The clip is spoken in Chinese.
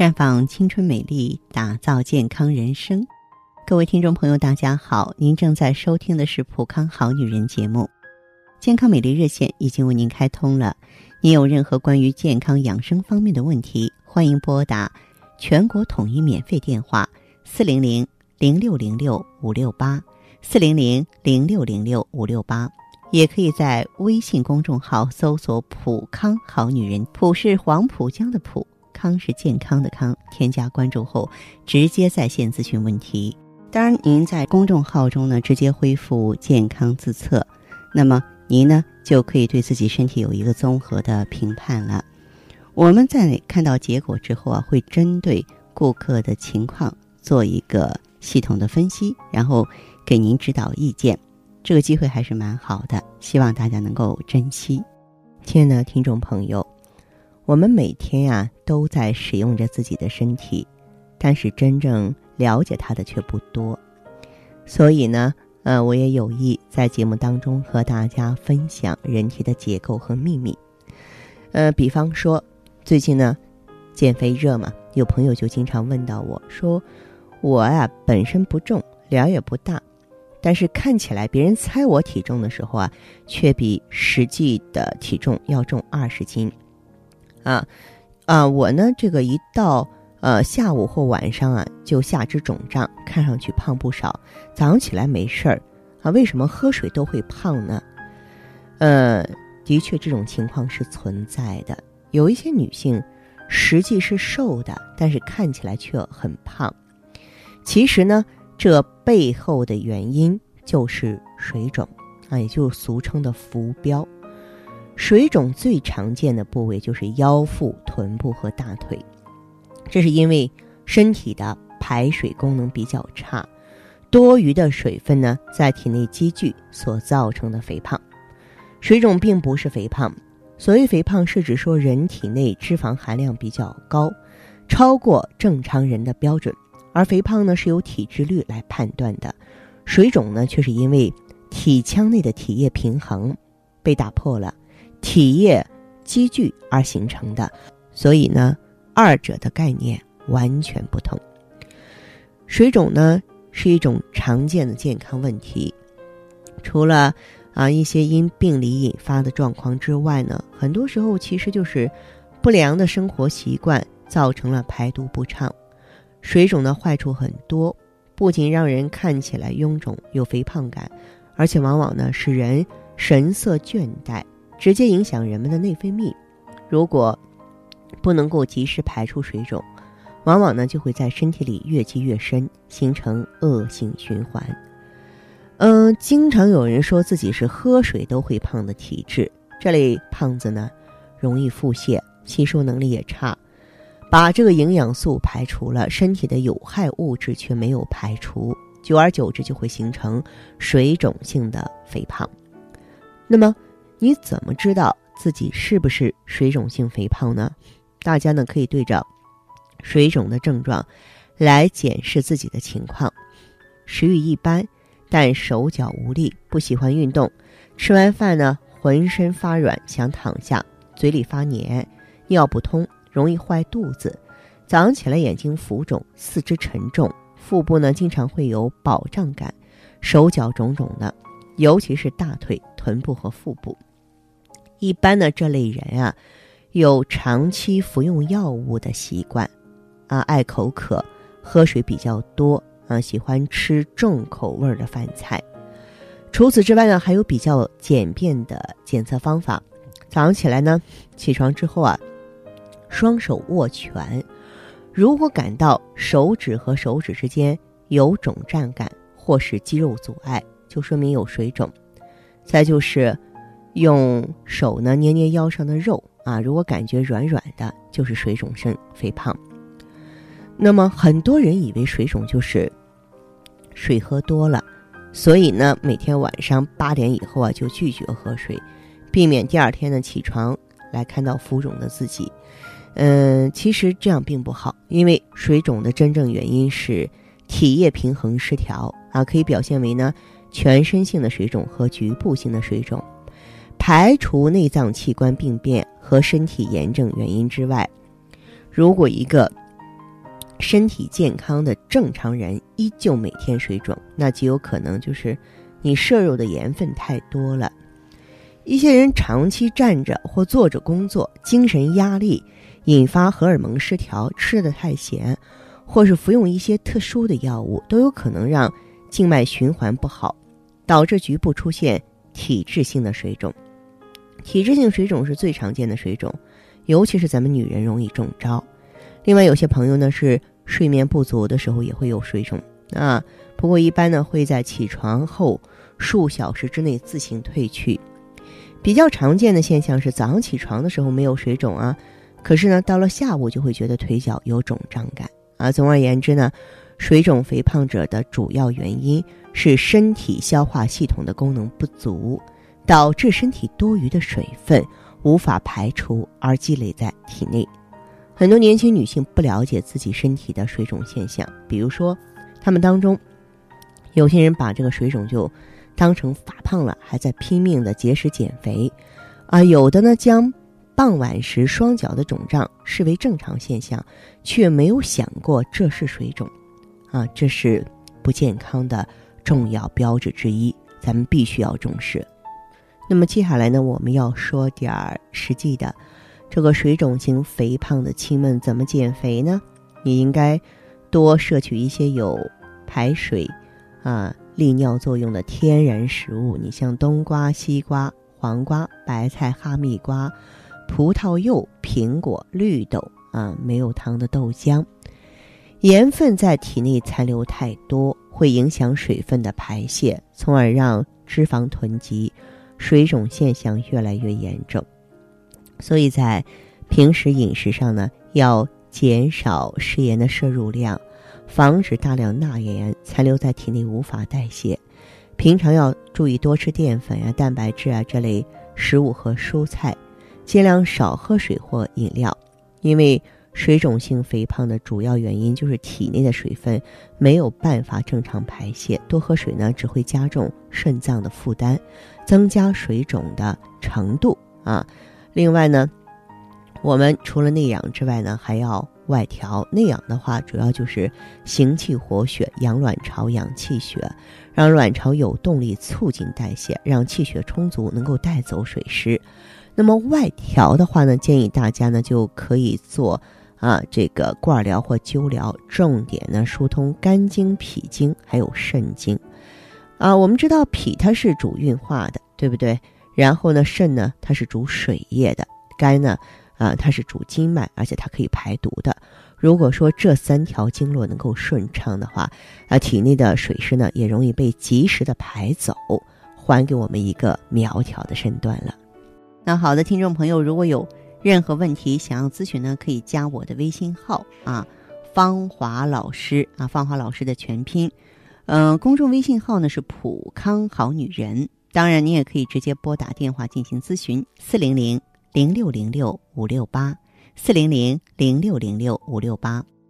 绽放青春美丽，打造健康人生。各位听众朋友大家好，您正在收听的是普康好女人节目。健康美丽热线已经为您开通了，您有任何关于健康养生方面的问题，欢迎拨打全国统一免费电话400-0606-568 400-0606-568，也可以在微信公众号搜索普康好女人，普是黄浦江的普，康是健康的康，添加关注后直接在线咨询问题。当然您在公众号中呢直接恢复健康自测，那么您呢就可以对自己身体有一个综合的评判了。我们在看到结果之后会针对顾客的情况做一个系统的分析，然后给您指导意见。这个机会还是蛮好的，希望大家能够珍惜。亲爱的听众朋友，我们每天都在使用着自己的身体，但是真正了解它的却不多。所以呢，我也有意在节目当中和大家分享人体的结构和秘密。比方说，最近呢，减肥热嘛，有朋友就经常问到我说，我本身不重，脸也不大，但是看起来别人猜我体重的时候却比实际的体重要重20斤。我呢，这个一到下午或晚上就下肢肿胀，看上去胖不少，早上起来没事儿为什么喝水都会胖呢？的确这种情况是存在的，有一些女性实际是瘦的，但是看起来却很胖。其实呢，这背后的原因就是水肿也就是俗称的浮标。水肿最常见的部位就是腰腹、臀部和大腿，这是因为身体的排水功能比较差，多余的水分呢在体内积聚所造成的肥胖。水肿并不是肥胖，所谓肥胖是指说人体内脂肪含量比较高，超过正常人的标准，而肥胖呢是由体脂率来判断的。水肿呢却是因为体腔内的体液平衡被打破了，体液积聚而形成的，所以呢二者的概念完全不同。水肿呢是一种常见的健康问题，除了一些因病理引发的状况之外呢，很多时候其实就是不良的生活习惯造成了排毒不畅。水肿的坏处很多，不仅让人看起来臃肿有肥胖感，而且往往呢使人神色倦怠，直接影响人们的内分泌。如果不能够及时排出水肿，往往呢就会在身体里越积越深，形成恶性循环。经常有人说自己是喝水都会胖的体质，这类胖子呢容易腹泻，吸收能力也差，把这个营养素排除了，身体的有害物质却没有排除，久而久之就会形成水肿性的肥胖。那么你怎么知道自己是不是水肿性肥胖呢？大家呢可以对照水肿的症状来检视自己的情况。食欲一般，但手脚无力，不喜欢运动，吃完饭呢浑身发软，想躺下，嘴里发黏，尿不通，容易坏肚子，早上起来眼睛浮肿，四肢沉重，腹部呢经常会有饱胀感，手脚肿肿的，尤其是大腿、臀部和腹部。一般呢这类人有长期服用药物的习惯爱口渴，喝水比较多喜欢吃重口味的饭菜。除此之外呢，还有比较简便的检测方法。早上起来呢，起床之后双手握拳，如果感到手指和手指之间有肿胀感或是肌肉阻碍，就说明有水肿。再就是用手呢捏捏腰上的肉如果感觉软软的，就是水肿性肥胖。那么很多人以为水肿就是水喝多了，所以呢每天晚上8点以后就拒绝喝水，避免第二天呢起床来看到浮肿的自己。其实这样并不好，因为水肿的真正原因是体液平衡失调可以表现为呢全身性的水肿和局部性的水肿。排除内脏器官病变和身体炎症原因之外，如果一个身体健康的正常人依旧每天水肿，那极有可能就是你摄入的盐分太多了。一些人长期站着或坐着工作，精神压力引发荷尔蒙失调，吃得太咸，或是服用一些特殊的药物，都有可能让静脉循环不好，导致局部出现体质性的水肿。体质性水肿是最常见的水肿，尤其是咱们女人容易中招。另外有些朋友呢是睡眠不足的时候也会有水肿啊，不过一般呢会在起床后数小时之内自行退去。比较常见的现象是早上起床的时候没有水肿啊，可是呢到了下午就会觉得腿脚有肿胀感啊。总而言之呢，水肿肥胖者的主要原因是身体消化系统的功能不足，导致身体多余的水分无法排出而积累在体内。很多年轻女性不了解自己身体的水肿现象，比如说她们当中有些人把这个水肿就当成发胖了，还在拼命的节食减肥啊，有的呢将傍晚时双脚的肿胀视为正常现象，却没有想过这是水肿啊，这是不健康的重要标志之一，咱们必须要重视。那么接下来呢，我们要说点实际的，这个水肿型肥胖的亲们怎么减肥呢？你应该多摄取一些有排水利尿作用的天然食物，你像冬瓜、西瓜、黄瓜、白菜、哈密瓜、葡萄柚、苹果、绿豆没有糖的豆浆。盐分在体内残留太多，会影响水分的排泄，从而让脂肪囤积，水肿现象越来越严重。所以在平时饮食上呢，要减少食盐的摄入量，防止大量钠盐残留在体内无法代谢。平常要注意多吃淀粉蛋白质这类食物和蔬菜，尽量少喝水或饮料。因为水肿性肥胖的主要原因就是体内的水分没有办法正常排泄，多喝水呢只会加重肾脏的负担，增加水肿的程度另外呢，我们除了内养之外呢，还要外调。内养的话主要就是行气活血，养卵巢养气血，让卵巢有动力促进代谢，让气血充足，能够带走水湿。那么外调的话呢，建议大家呢就可以做这个罐疗或灸疗，重点呢疏通肝经、脾经还有肾经我们知道脾它是主运化的，对不对？然后呢肾呢它是主水液的，肝呢它是主经脉，而且它可以排毒的。如果说这三条经络能够顺畅的话体内的水湿呢也容易被及时的排走，还给我们一个苗条的身段了。那好的，听众朋友，如果有任何问题想要咨询呢，可以加我的微信号芳华老师芳华老师的全拼公众微信号呢是普康好女人。当然你也可以直接拨打电话进行咨询，400-0606-568 400-0606-568。